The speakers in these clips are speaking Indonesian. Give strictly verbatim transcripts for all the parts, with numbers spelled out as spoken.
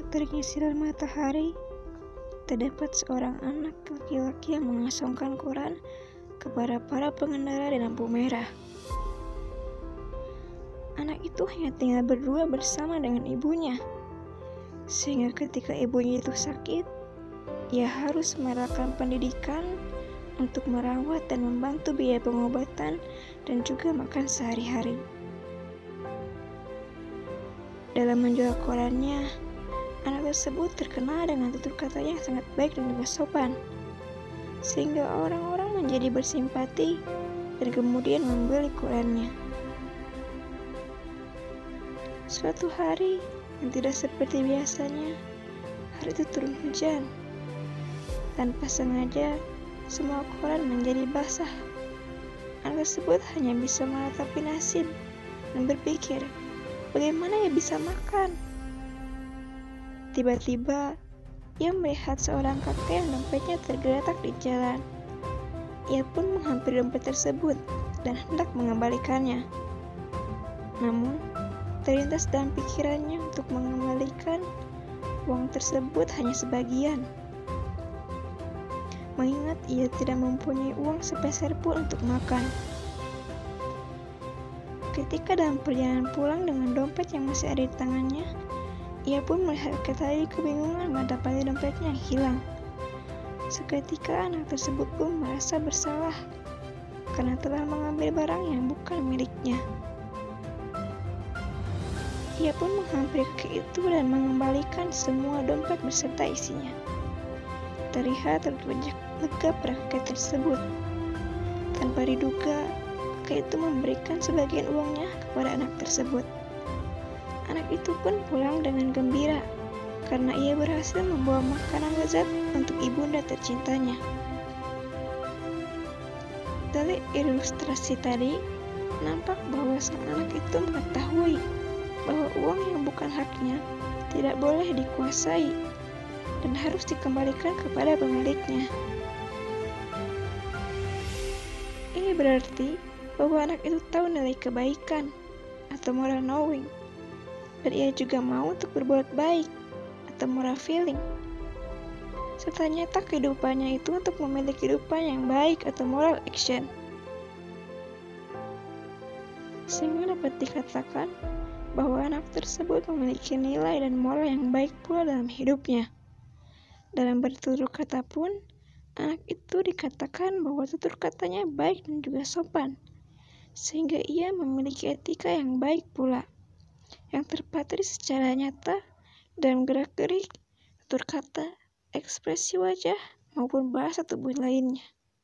Teriknya sinar matahari, terdapat seorang anak laki-laki yang mengasongkan koran kepada para pengendara di lampu merah. Anak itu hanya tinggal berdua bersama dengan ibunya, sehingga ketika ibunya itu sakit, ia harus merelakan pendidikan untuk merawat dan membantu biaya pengobatan dan juga makan sehari-hari. Dalam menjual korannya, anak tersebut terkenal dengan tutur katanya yang sangat baik dan juga sopan, sehingga orang-orang menjadi bersimpati dan kemudian membeli korannya. Suatu hari yang tidak seperti biasanya, hari itu turun hujan. Tanpa sengaja, semua koran menjadi basah. Anak tersebut hanya bisa meratapi nasib dan berpikir, bagaimana ia bisa makan? Tiba-tiba, ia melihat seorang kakek yang dompetnya tergeletak di jalan. Ia pun menghampiri dompet tersebut dan hendak mengembalikannya. Namun, terlintas dalam pikirannya untuk mengembalikan uang tersebut hanya sebagian. Mengingat ia tidak mempunyai uang sepeser pun untuk makan. Ketika dalam perjalanan pulang dengan dompet yang masih ada di tangannya, ia pun melihat kakek tadi kebingungan mendapati dompetnya yang hilang. Seketika anak tersebut pun merasa bersalah karena telah mengambil barang yang bukan miliknya. Ia pun menghampiri kakek itu dan mengembalikan semua dompet beserta isinya. Terlihat terwujud lega pada kakek tersebut. Tanpa diduga, kakek itu memberikan sebagian uangnya kepada anak tersebut. Anak itu pun pulang dengan gembira karena ia berhasil membawa makanan lezat untuk ibunda tercintanya. Dari ilustrasi tadi, nampak bahwa sang anak itu mengetahui bahwa uang yang bukan haknya tidak boleh dikuasai dan harus dikembalikan kepada pemiliknya. Ini berarti bahwa anak itu tahu nilai kebaikan atau moral knowing, dan ia juga mau untuk berbuat baik atau moral feeling, serta nyata kehidupannya itu untuk memiliki kehidupan yang baik atau moral action. Sehingga dapat dikatakan bahwa anak tersebut memiliki nilai dan moral yang baik pula dalam hidupnya. Dalam bertutur kata pun, anak itu dikatakan bahwa tutur katanya baik dan juga sopan, sehingga ia memiliki etika yang baik pula, yang terpatri secara nyata dalam gerak-gerik, tutur kata, ekspresi wajah, maupun bahasa tubuh lainnya.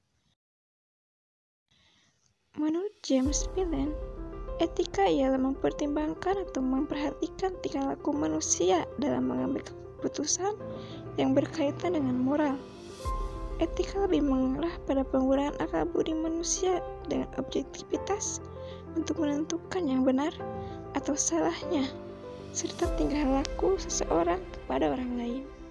Menurut James Phelan, etika ialah mempertimbangkan atau memperhatikan tingkah laku manusia dalam mengambil keputusan yang berkaitan dengan moral. Etika lebih mengarah pada penggunaan akal budi manusia dengan objektivitas untuk menentukan yang benar atau salahnya, serta tingkah laku seseorang kepada orang lain.